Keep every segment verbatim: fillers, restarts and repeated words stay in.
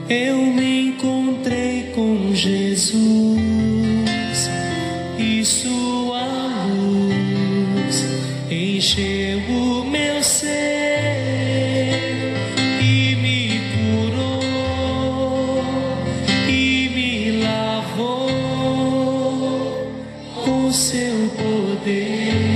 eu me encontrei com Jesus e sua luz encheu o meu ser e me curou e me lavou com seu poder.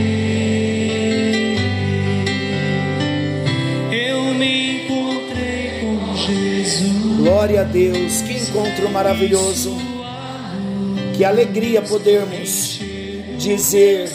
Eu me encontrei com Jesus. Glória a Deus, que encontro maravilhoso, que alegria podermos dizer: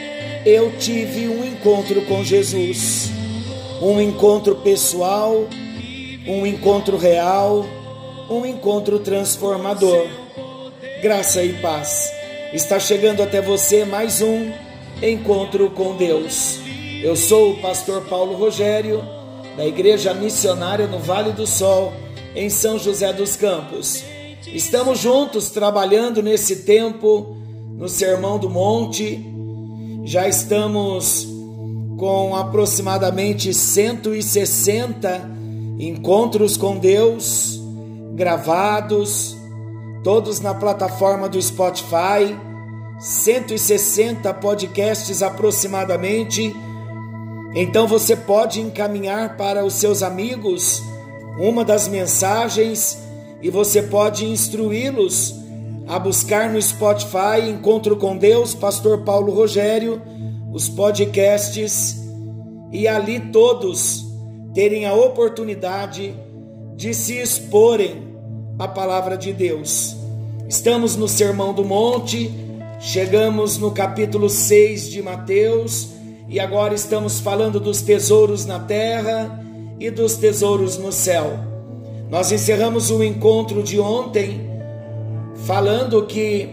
eu tive um encontro com Jesus, um encontro pessoal, um encontro real, um encontro transformador. Graça e paz. Está chegando até você mais um encontro com Deus. Eu sou o pastor Paulo Rogério, da Igreja Missionária no Vale do Sol, em São José dos Campos. Estamos juntos trabalhando nesse tempo no Sermão do Monte. Já estamos com aproximadamente cento e sessenta encontros com Deus gravados, todos na plataforma do Spotify, cento e sessenta podcasts aproximadamente. Então você pode encaminhar para os seus amigos uma das mensagens e você pode instruí-los a buscar no Spotify Encontro com Deus, Pastor Paulo Rogério, os podcasts, e ali todos terem a oportunidade de se exporem à palavra de Deus. Estamos no Sermão do Monte, chegamos no capítulo seis de Mateus e agora estamos falando dos tesouros na terra e dos tesouros no céu. Nós encerramos o encontro de ontem falando que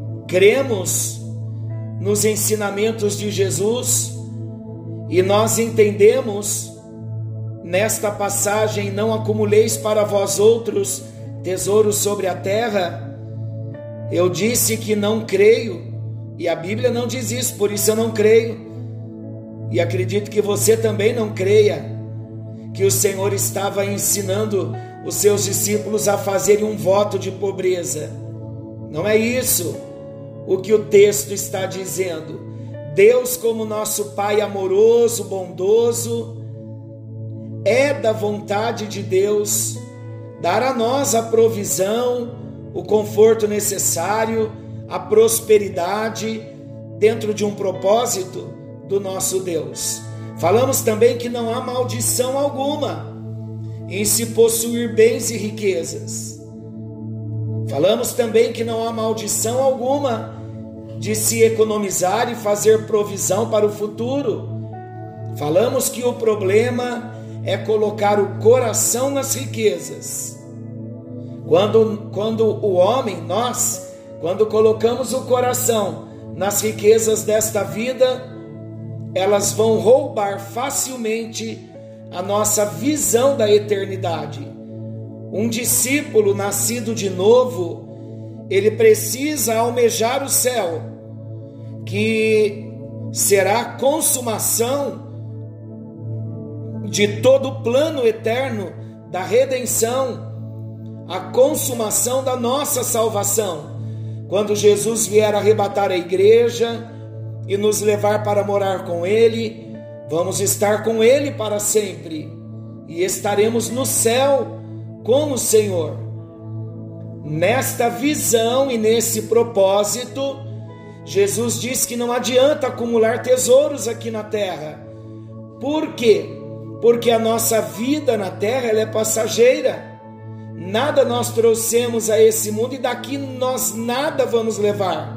cremos nos ensinamentos de Jesus e nós entendemos nesta passagem: não acumuleis para vós outros tesouros sobre a terra. Eu disse que não creio e a Bíblia não diz isso, por isso eu não creio, e acredito que você também não creia que o Senhor estava ensinando os seus discípulos a fazerem um voto de pobreza. Não é isso o que o texto está dizendo. Deus, como nosso Pai amoroso, bondoso, é da vontade de Deus dar a nós a provisão, o conforto necessário, a prosperidade dentro de um propósito do nosso Deus. Falamos também que não há maldição alguma em se possuir bens e riquezas. Falamos também que não há maldição alguma de se economizar e fazer provisão para o futuro. Falamos que o problema é colocar o coração nas riquezas. Quando, quando o homem, nós, quando colocamos o coração nas riquezas desta vida, elas vão roubar facilmente a nossa visão da eternidade. Um discípulo nascido de novo, ele precisa almejar o céu, que será a consumação de todo o plano eterno da redenção, a consumação da nossa salvação. Quando Jesus vier arrebatar a igreja e nos levar para morar com Ele, vamos estar com Ele para sempre e estaremos no céu com o Senhor. Nesta visão e nesse propósito, Jesus diz que não adianta acumular tesouros aqui na terra. Por quê? Porque a nossa vida na terra ela é passageira. Nada nós trouxemos a esse mundo e daqui nós nada vamos levar.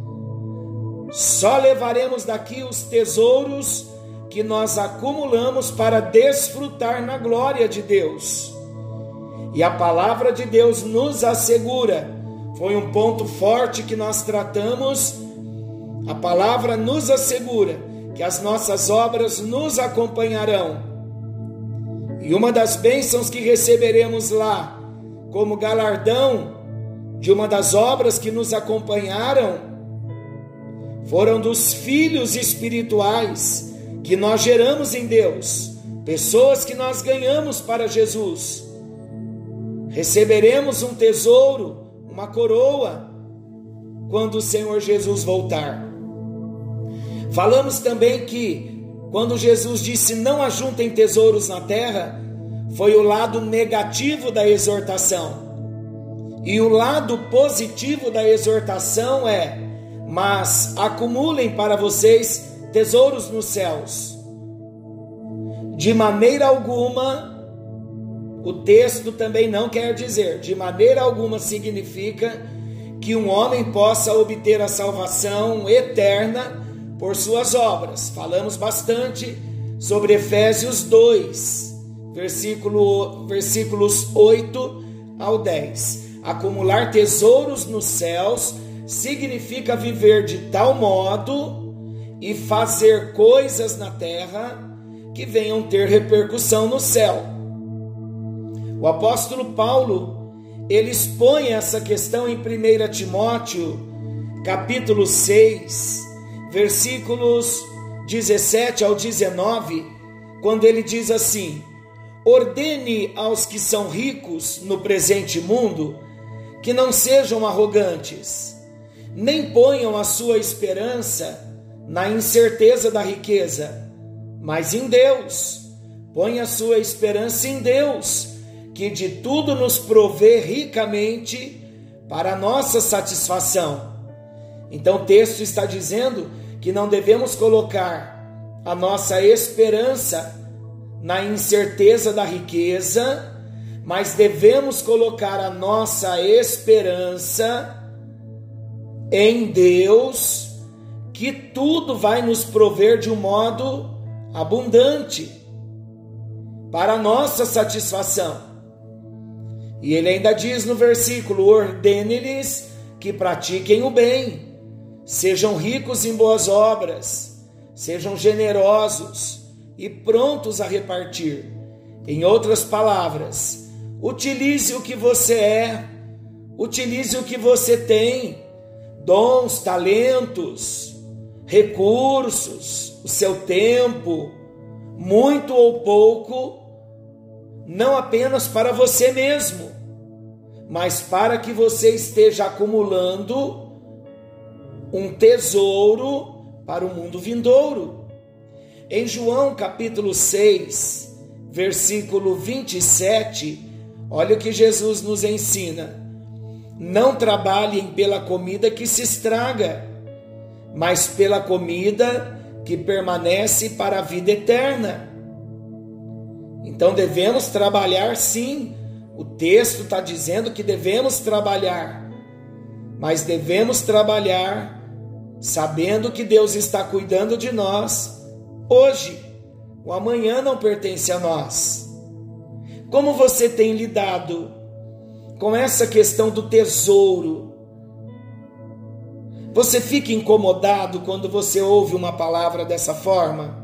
Só levaremos daqui os tesouros que nós acumulamos para desfrutar na glória de Deus. E a palavra de Deus nos assegura, foi um ponto forte que nós tratamos, a palavra nos assegura que as nossas obras nos acompanharão. E uma das bênçãos que receberemos lá, como galardão de uma das obras que nos acompanharam, foram dos filhos espirituais que nós geramos em Deus, pessoas que nós ganhamos para Jesus. Receberemos um tesouro, uma coroa, quando o Senhor Jesus voltar. Falamos também que quando Jesus disse não ajuntem tesouros na terra, foi o lado negativo da exortação. E o lado positivo da exortação é: mas acumulem para vocês tesouros nos céus. De maneira alguma, o texto também não quer dizer, de maneira alguma significa que um homem possa obter a salvação eterna por suas obras. Falamos bastante sobre Efésios dois, versículo, versículos oito ao dez. Acumular tesouros nos céus significa viver de tal modo e fazer coisas na terra que venham ter repercussão no céu. O apóstolo Paulo, ele expõe essa questão em primeiro Timóteo, capítulo seis, versículos dezessete ao dezenove, quando ele diz assim: ordene aos que são ricos no presente mundo que não sejam arrogantes, nem ponham a sua esperança na incerteza da riqueza, mas em Deus. Põe a sua esperança em Deus, que de tudo nos provê ricamente para a nossa satisfação. Então o texto está dizendo que não devemos colocar a nossa esperança na incerteza da riqueza, mas devemos colocar a nossa esperança em Deus, que tudo vai nos prover de um modo abundante para a nossa satisfação. E ele ainda diz no versículo: ordene-lhes que pratiquem o bem, sejam ricos em boas obras, sejam generosos e prontos a repartir. Em outras palavras, utilize o que você é, utilize o que você tem, dons, talentos, recursos, o seu tempo, muito ou pouco, não apenas para você mesmo, mas para que você esteja acumulando um tesouro para o mundo vindouro. Em João capítulo seis, versículo vinte e sete, olha o que Jesus nos ensina: não trabalhem pela comida que se estraga, mas pela comida que permanece para a vida eterna. Então devemos trabalhar, sim. O texto está dizendo que devemos trabalhar, mas devemos trabalhar sabendo que Deus está cuidando de nós hoje. O amanhã não pertence a nós. Como você tem lidado com essa questão do tesouro? Você fica incomodado quando você ouve uma palavra dessa forma?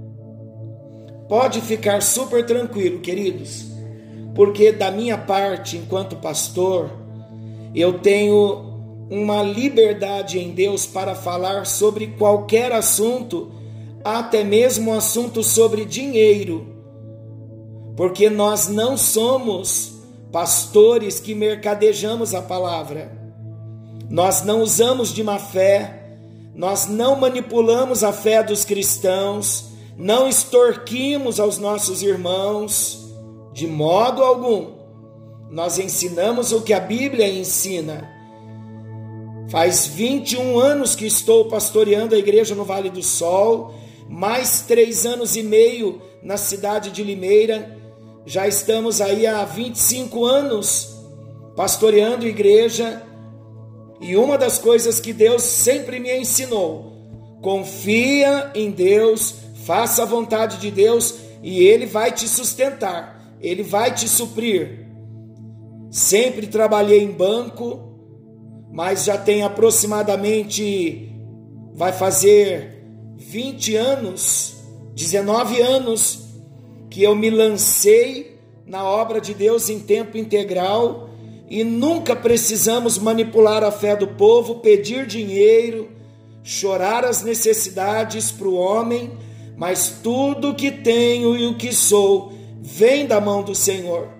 Pode ficar super tranquilo, queridos, porque da minha parte, enquanto pastor, eu tenho uma liberdade em Deus para falar sobre qualquer assunto, até mesmo assunto sobre dinheiro, porque nós não somos pastores que mercadejamos a palavra, nós não usamos de má fé, nós não manipulamos a fé dos cristãos, não extorquimos aos nossos irmãos, de modo algum. Nós ensinamos o que a Bíblia ensina. Faz vinte e um anos que estou pastoreando a igreja no Vale do Sol, mais três anos e meio na cidade de Limeira. Já estamos aí há vinte e cinco anos pastoreando igreja, e uma das coisas que Deus sempre me ensinou: confia em Deus, faça a vontade de Deus e Ele vai te sustentar, Ele vai te suprir. Sempre trabalhei em banco, mas já tem aproximadamente, vai fazer vinte anos, dezenove anos, que eu me lancei na obra de Deus em tempo integral, e nunca precisamos manipular a fé do povo, pedir dinheiro, chorar as necessidades para o homem, mas tudo o que tenho e o que sou vem da mão do Senhor.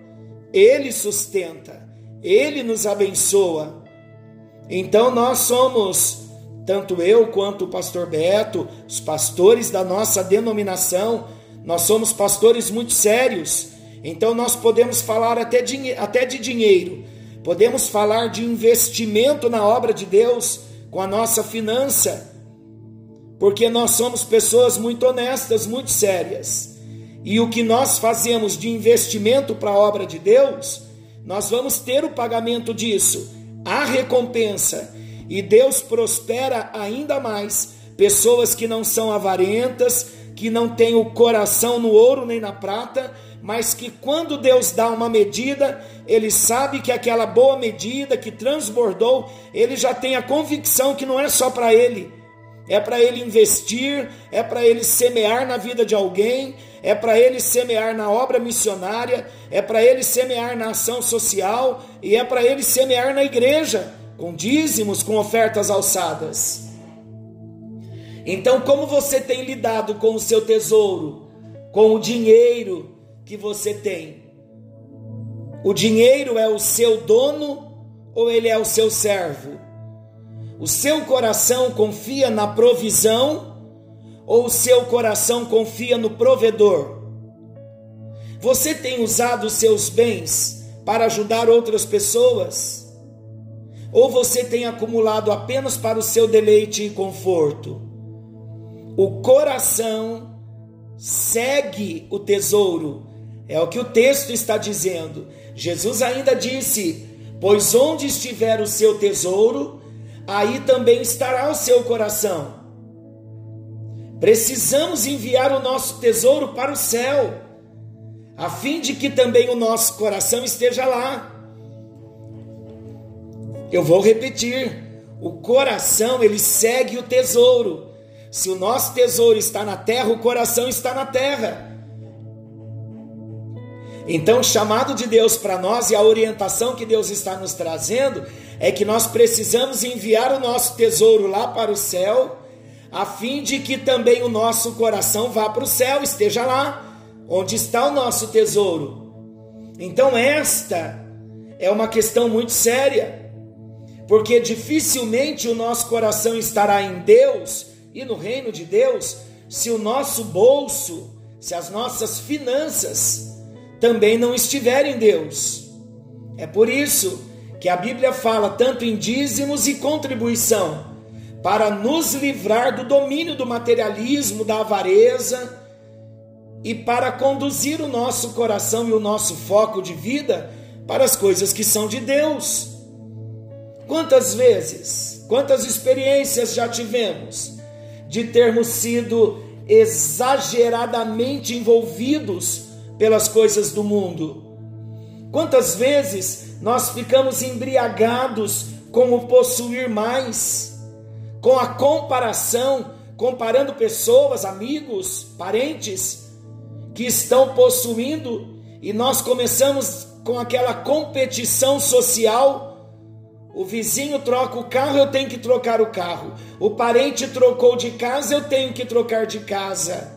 Ele sustenta, Ele nos abençoa. Então nós somos, tanto eu quanto o pastor Beto, os pastores da nossa denominação, nós somos pastores muito sérios. Então nós podemos falar até de, até de dinheiro, podemos falar de investimento na obra de Deus com a nossa finança, porque nós somos pessoas muito honestas, muito sérias. E o que nós fazemos de investimento para a obra de Deus, nós vamos ter o pagamento disso, a recompensa. E Deus prospera ainda mais pessoas que não são avarentas, que não têm o coração no ouro nem na prata, mas que quando Deus dá uma medida, ele sabe que aquela boa medida que transbordou, ele já tem a convicção que não é só para ele, é para ele investir, é para ele semear na vida de alguém, é para ele semear na obra missionária, é para ele semear na ação social e é para ele semear na igreja, com dízimos, com ofertas alçadas. Então, como você tem lidado com o seu tesouro, com o dinheiro que você tem? O dinheiro é o seu dono ou ele é o seu servo? O seu coração confia na provisão ou o seu coração confia no provedor? Você tem usado os seus bens para ajudar outras pessoas? Ou você tem acumulado apenas para o seu deleite e conforto? O coração segue o tesouro, é o que o texto está dizendo. Jesus ainda disse: pois onde estiver o seu tesouro, aí também estará o seu coração. Precisamos enviar o nosso tesouro para o céu, a fim de que também o nosso coração esteja lá. Eu vou repetir: o coração, ele segue o tesouro. Se o nosso tesouro está na terra, o coração está na terra. Então, o chamado de Deus para nós e a orientação que Deus está nos trazendo é que nós precisamos enviar o nosso tesouro lá para o céu, a fim de que também o nosso coração vá para o céu, esteja lá, onde está o nosso tesouro. Então, esta é uma questão muito séria, porque dificilmente o nosso coração estará em Deus e no reino de Deus se o nosso bolso, se as nossas finanças também não estiverem em Deus. É por isso que a Bíblia fala tanto em dízimos e contribuição, para nos livrar do domínio do materialismo, da avareza, e para conduzir o nosso coração e o nosso foco de vida para as coisas que são de Deus. Quantas vezes, quantas experiências já tivemos de termos sido exageradamente envolvidos pelas coisas do mundo? Quantas vezes nós ficamos embriagados com o possuir mais, com a comparação, comparando pessoas, amigos, parentes que estão possuindo, e nós começamos com aquela competição social. O vizinho troca o carro, eu tenho que trocar o carro. O parente trocou de casa, eu tenho que trocar de casa.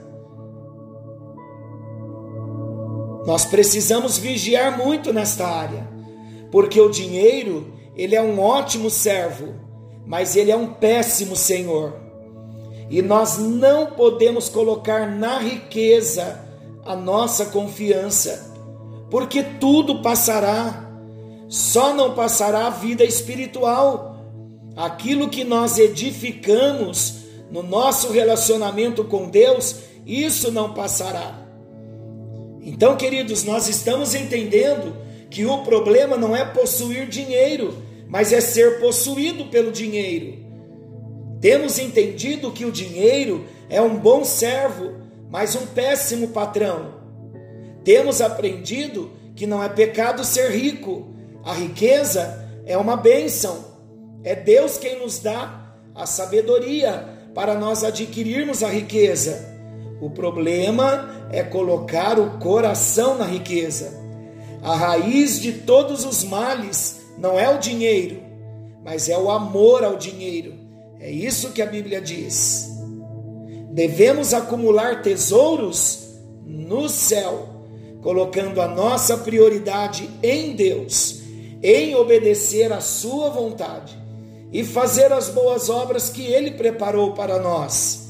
Nós precisamos vigiar muito nesta área, porque o dinheiro, ele é um ótimo servo, mas ele é um péssimo senhor. E nós não podemos colocar na riqueza a nossa confiança, porque tudo passará. Só não passará a vida espiritual. Aquilo que nós edificamos no nosso relacionamento com Deus, isso não passará. Então, queridos, nós estamos entendendo que o problema não é possuir dinheiro, mas é ser possuído pelo dinheiro. Temos entendido que o dinheiro é um bom servo, mas um péssimo patrão. Temos aprendido que não é pecado ser rico. A riqueza é uma bênção. É Deus quem nos dá a sabedoria para nós adquirirmos a riqueza. O problema é colocar o coração na riqueza. A raiz de todos os males não é o dinheiro, mas é o amor ao dinheiro. É isso que a Bíblia diz. Devemos acumular tesouros no céu. colocando a nossa prioridade em Deus, em obedecer à sua vontade e fazer as boas obras que Ele preparou para nós.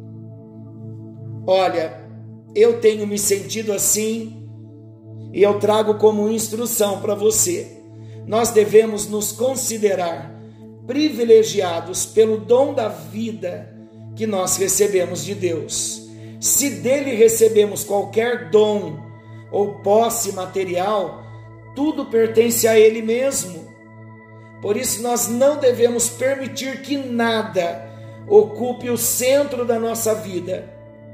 Olha, eu tenho me sentido assim e eu trago como instrução para você. Nós devemos nos considerar privilegiados pelo dom da vida que nós recebemos de Deus. Se dele recebemos qualquer dom ou posse material, tudo pertence a Ele mesmo. Por isso nós não devemos permitir que nada ocupe o centro da nossa vida.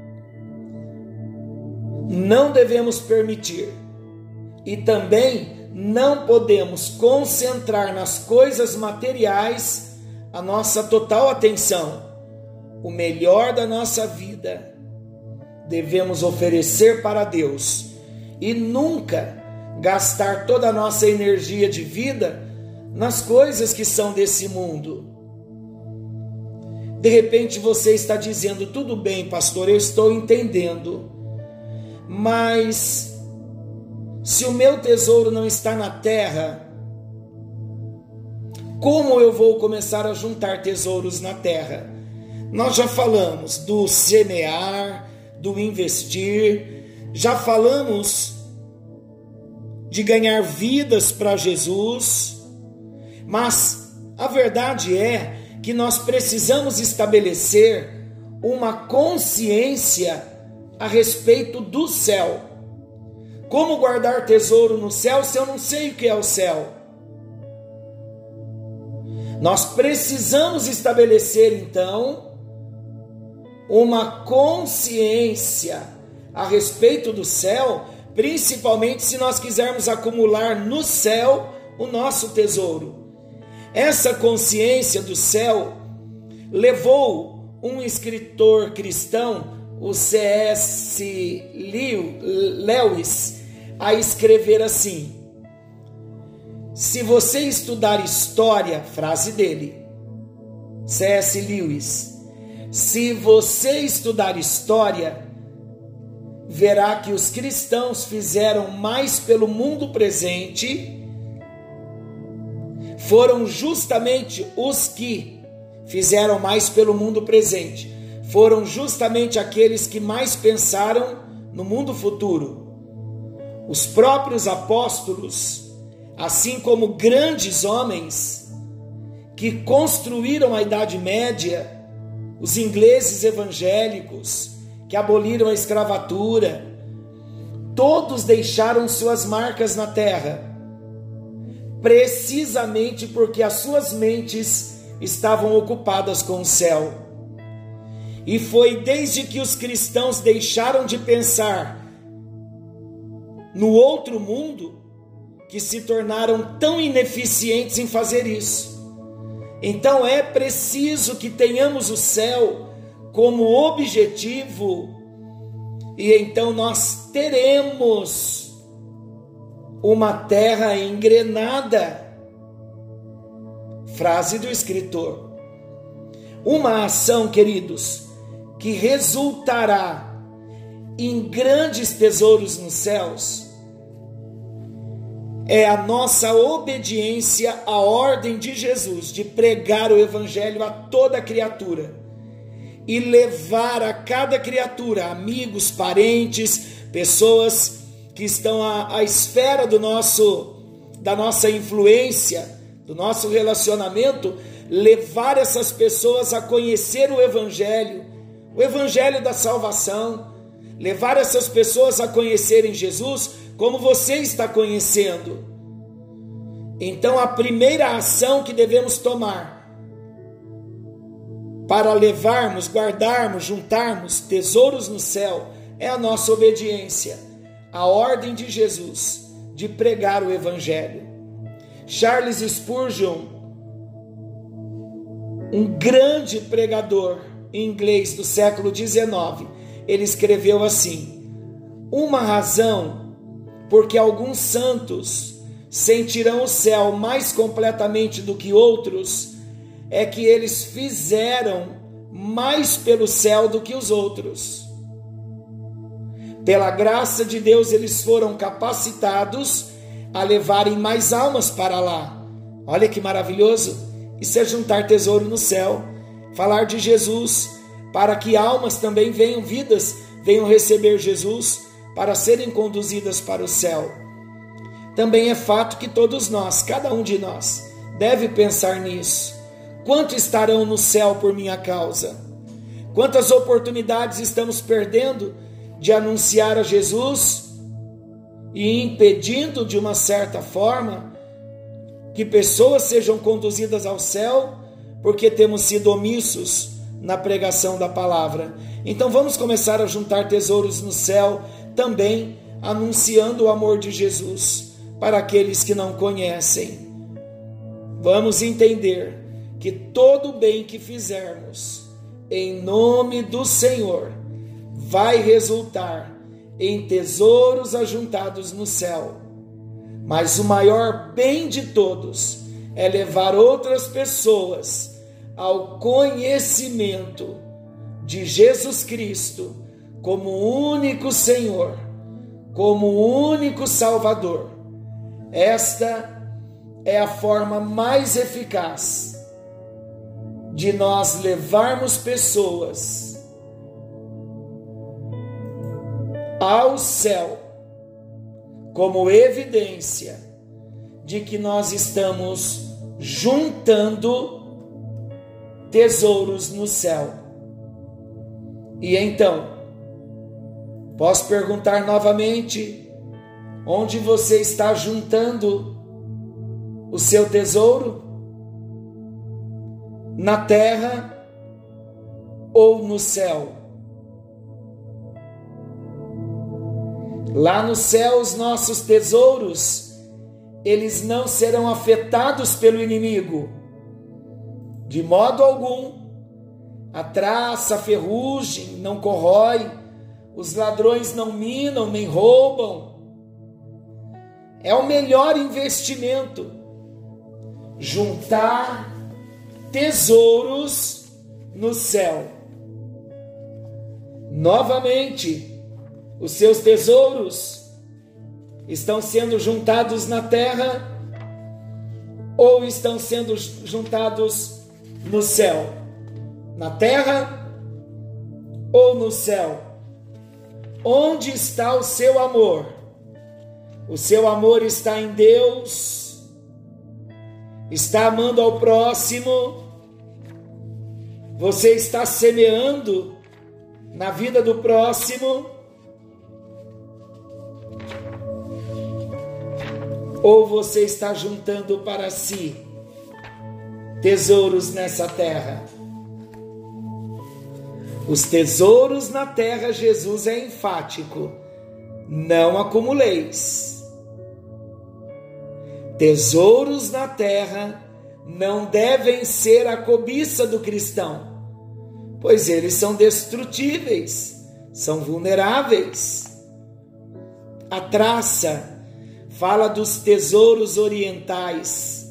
Não devemos permitir. E também não podemos concentrar nas coisas materiais a nossa total atenção. O melhor da nossa vida devemos oferecer para Deus e nunca gastar toda a nossa energia de vida nas coisas que são desse mundo. De repente você está dizendo: tudo bem, pastor, eu estou entendendo, mas se o meu tesouro não está na terra, como eu vou começar a juntar tesouros na terra? Nós já falamos do semear, do investir, já falamos de ganhar vidas para Jesus, mas a verdade é que nós precisamos estabelecer uma consciência a respeito do céu. Como guardar tesouro no céu se eu não sei o que é o céu? Nós precisamos estabelecer então uma consciência a respeito do céu, principalmente se nós quisermos acumular no céu o nosso tesouro. Essa consciência do céu levou um escritor cristão, o C S Lewis, a escrever assim: se você estudar história, frase dele, C S Lewis, se você estudar história, verá que os cristãos fizeram mais pelo mundo presente, foram justamente os que fizeram mais pelo mundo presente, foram justamente aqueles que mais pensaram no mundo futuro. Os próprios apóstolos, assim como grandes homens que construíram a Idade Média, os ingleses evangélicos que aboliram a escravatura, todos deixaram suas marcas na terra, precisamente porque as suas mentes estavam ocupadas com o céu. E foi desde que os cristãos deixaram de pensar no outro mundo que se tornaram tão ineficientes em fazer isso. Então é preciso que tenhamos o céu como objetivo, e então nós teremos uma terra engrenada. Frase do escritor. Uma ação, queridos, que resultará em grandes tesouros nos céus é a nossa obediência à ordem de Jesus de pregar o evangelho a toda criatura e levar a cada criatura, amigos, parentes, pessoas que estão à, à esfera do nosso, da nossa influência, do nosso relacionamento, levar essas pessoas a conhecer o evangelho, o evangelho da salvação, levar essas pessoas a conhecerem Jesus como você está conhecendo. Então a primeira ação que devemos tomar para levarmos, guardarmos, juntarmos tesouros no céu é a nossa obediência à ordem de Jesus de pregar o evangelho. Charles Spurgeon, um grande pregador inglês do século dezenove, ele escreveu assim: uma razão porque alguns santos sentirão o céu mais completamente do que outros é que eles fizeram mais pelo céu do que os outros. Pela graça de Deus, eles foram capacitados a levarem mais almas para lá. Olha que maravilhoso! Isso é juntar tesouro no céu. Falar de Jesus, para que almas também venham, vidas, venham receber Jesus, para serem conduzidas para o céu. Também é fato que todos nós, cada um de nós, deve pensar nisso. Quanto estarão no céu por minha causa? Quantas oportunidades estamos perdendo de anunciar a Jesus e impedindo, de uma certa forma, que pessoas sejam conduzidas ao céu, porque temos sido omissos na pregação da palavra. Então vamos começar a juntar tesouros no céu, também anunciando o amor de Jesus para aqueles que não conhecem. Vamos entender que todo o bem que fizermos em nome do Senhor vai resultar em tesouros ajuntados no céu. Mas o maior bem de todos é levar outras pessoas ao conhecimento de Jesus Cristo como o único Senhor, como o único Salvador. Esta é a forma mais eficaz de nós levarmos pessoas ao céu, como evidência de que nós estamos juntando tesouros no céu. E então, posso perguntar novamente, onde você está juntando o seu tesouro? Na terra ou no céu? Lá no céu, os nossos tesouros, eles não serão afetados pelo inimigo, de modo algum. A traça, a ferrugem não corrói, os ladrões não minam nem roubam. É o melhor investimento, juntar tesouros no céu. Novamente, os seus tesouros estão sendo juntados na terra ou estão sendo juntados no céu? Na terra ou no céu? Onde está o seu amor? O seu amor está em Deus? Está amando ao próximo? Você está semeando na vida do próximo? Ou você está juntando para si tesouros nessa terra? Os tesouros na terra, Jesus é enfático: não acumuleis. Tesouros na terra não devem ser a cobiça do cristão, pois eles são destrutíveis, são vulneráveis. A traça fala dos tesouros orientais.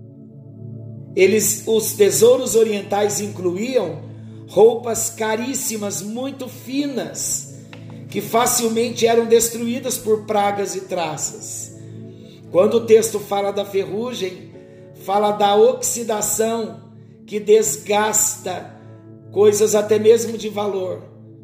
Eles, os tesouros orientais incluíam roupas caríssimas, muito finas, que facilmente eram destruídas por pragas e traças. Quando o texto fala da ferrugem, fala da oxidação que desgasta coisas até mesmo de valor.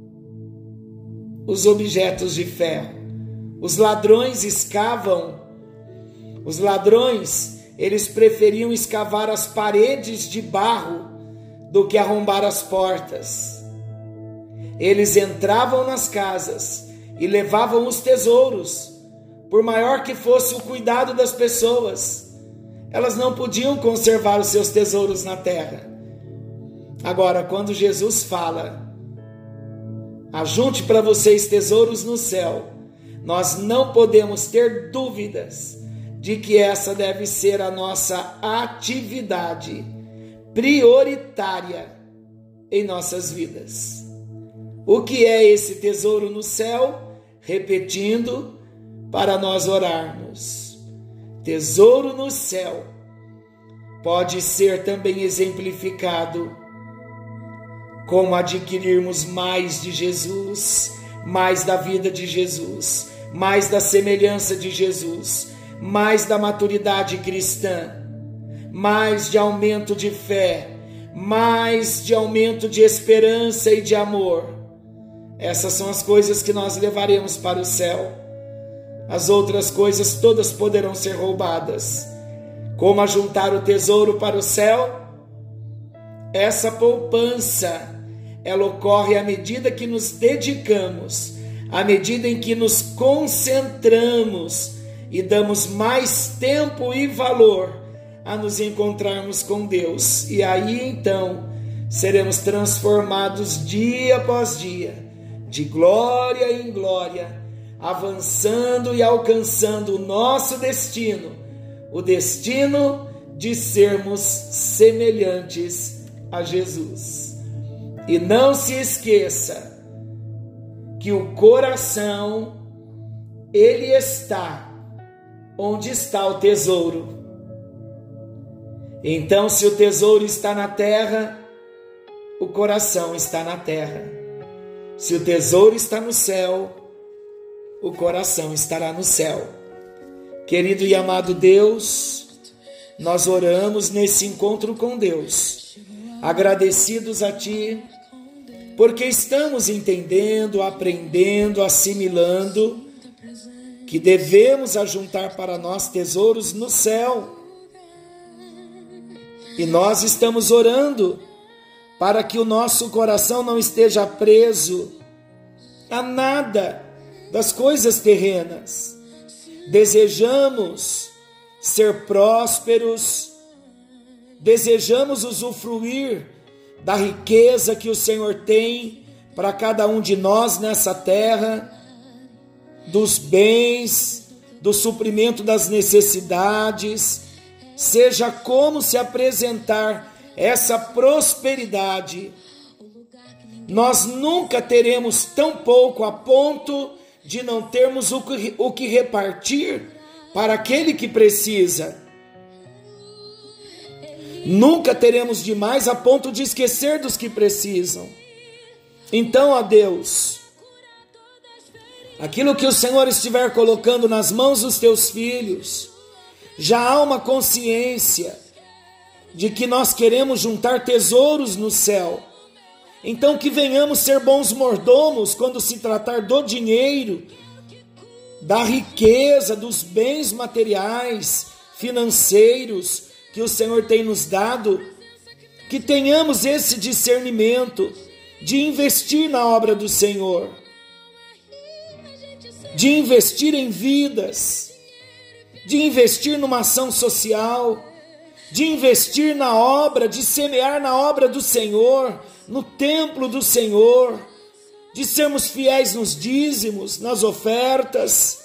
Os objetos de ferro. Os ladrões escavam, os ladrões, eles preferiam escavar as paredes de barro do que arrombar as portas. Eles entravam nas casas e levavam os tesouros, por maior que fosse o cuidado das pessoas. Elas não podiam conservar os seus tesouros na terra. Agora, quando Jesus fala, ajunte para vocês tesouros no céu, nós não podemos ter dúvidas de que essa deve ser a nossa atividade prioritária em nossas vidas. O que é esse tesouro no céu? Repetindo, para nós orarmos. Tesouro no céu pode ser também exemplificado como adquirirmos mais de Jesus, mais da vida de Jesus, mais da semelhança de Jesus, mais da maturidade cristã, mais de aumento de fé, mais de aumento de esperança e de amor. Essas são as coisas que nós levaremos para o céu. As outras coisas todas poderão ser roubadas. Como ajuntar o tesouro para o céu? Essa poupança, ela ocorre à medida que nos dedicamos, à medida em que nos concentramos e damos mais tempo e valor a nos encontrarmos com Deus. E aí então seremos transformados dia após dia, de glória em glória, avançando e alcançando o nosso destino, o destino de sermos semelhantes a Jesus. E não se esqueça que o coração, ele está onde está o tesouro. Então, se o tesouro está na terra, o coração está na terra. Se o tesouro está no céu, o coração estará no céu. Querido e amado Deus, nós oramos nesse encontro com Deus, agradecidos a Ti, porque estamos entendendo, aprendendo, assimilando que devemos ajuntar para nós tesouros no céu. E nós estamos orando para que o nosso coração não esteja preso a nada das coisas terrenas. Desejamos ser prósperos, desejamos usufruir da riqueza que o Senhor tem para cada um de nós nessa terra, dos bens, do suprimento das necessidades, seja como se apresentar essa prosperidade. Nós nunca teremos tão pouco a ponto de não termos o que, o que repartir para aquele que precisa. Nunca teremos demais a ponto de esquecer dos que precisam. Então, ó Deus, aquilo que o Senhor estiver colocando nas mãos dos teus filhos, já há uma consciência de que nós queremos juntar tesouros no céu. Então que venhamos ser bons mordomos quando se tratar do dinheiro, da riqueza, dos bens materiais, financeiros que o Senhor tem nos dado, que tenhamos esse discernimento de investir na obra do Senhor, de investir em vidas, de investir numa ação social, de investir na obra, de semear na obra do Senhor, no templo do Senhor, de sermos fiéis nos dízimos, nas ofertas.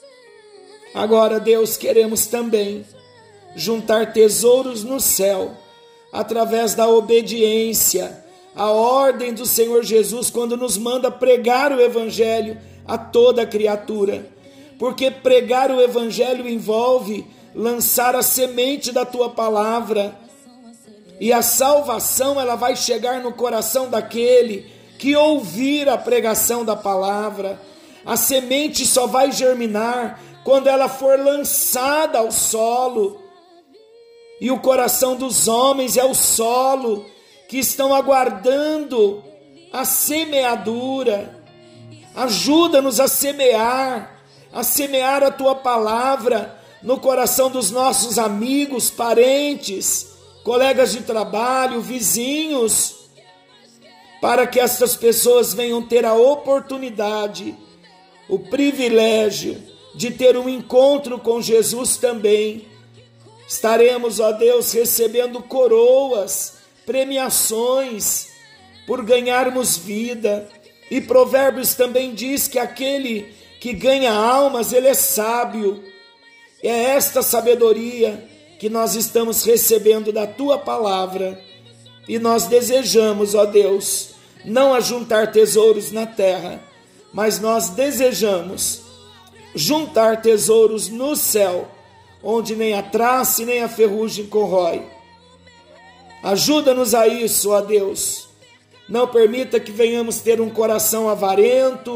Agora, Deus, queremos também juntar tesouros no céu, através da obediência à ordem do Senhor Jesus, quando nos manda pregar o Evangelho a toda criatura, porque pregar o Evangelho envolve lançar a semente da Tua palavra, e a salvação ela vai chegar no coração daquele que ouvir a pregação da palavra. A semente só vai germinar quando ela for lançada ao solo, e o coração dos homens é o solo que estão aguardando a semeadura. Ajuda-nos a semear, a semear a Tua palavra no coração dos nossos amigos, parentes, colegas de trabalho, vizinhos, para que essas pessoas venham ter a oportunidade, o privilégio de ter um encontro com Jesus também. Estaremos, ó Deus, recebendo coroas, premiações por ganharmos vida. E Provérbios também diz que aquele que ganha almas, ele é sábio. É esta sabedoria que nós estamos recebendo da Tua palavra. E nós desejamos, ó Deus, não ajuntar tesouros na terra, mas nós desejamos juntar tesouros no céu, onde nem a traça nem a ferrugem corrói. Ajuda-nos a isso, ó Deus. Não permita que venhamos ter um coração avarento,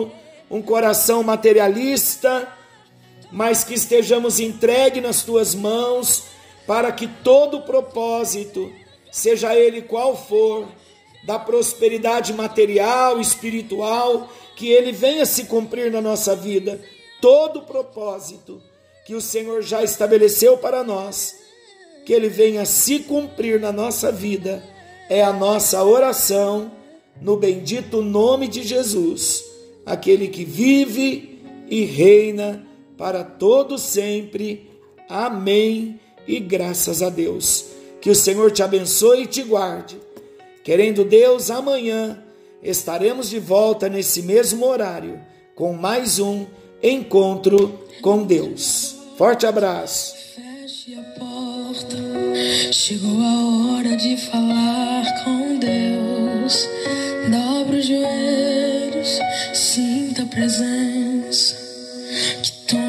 um coração materialista, mas que estejamos entregues nas tuas mãos, para que todo o propósito, seja ele qual for, da prosperidade material, espiritual, que ele venha se cumprir na nossa vida. Todo o propósito que o Senhor já estabeleceu para nós, que ele venha se cumprir na nossa vida, é a nossa oração, no bendito nome de Jesus, aquele que vive e reina para todo sempre. Amém e graças a Deus. Que o Senhor te abençoe e te guarde. Querendo Deus, amanhã estaremos de volta nesse mesmo horário com mais um encontro com Deus. Forte abraço. Feche a porta, chegou a hora de falar com Deus. Dobre os joelhos, sinta a presença.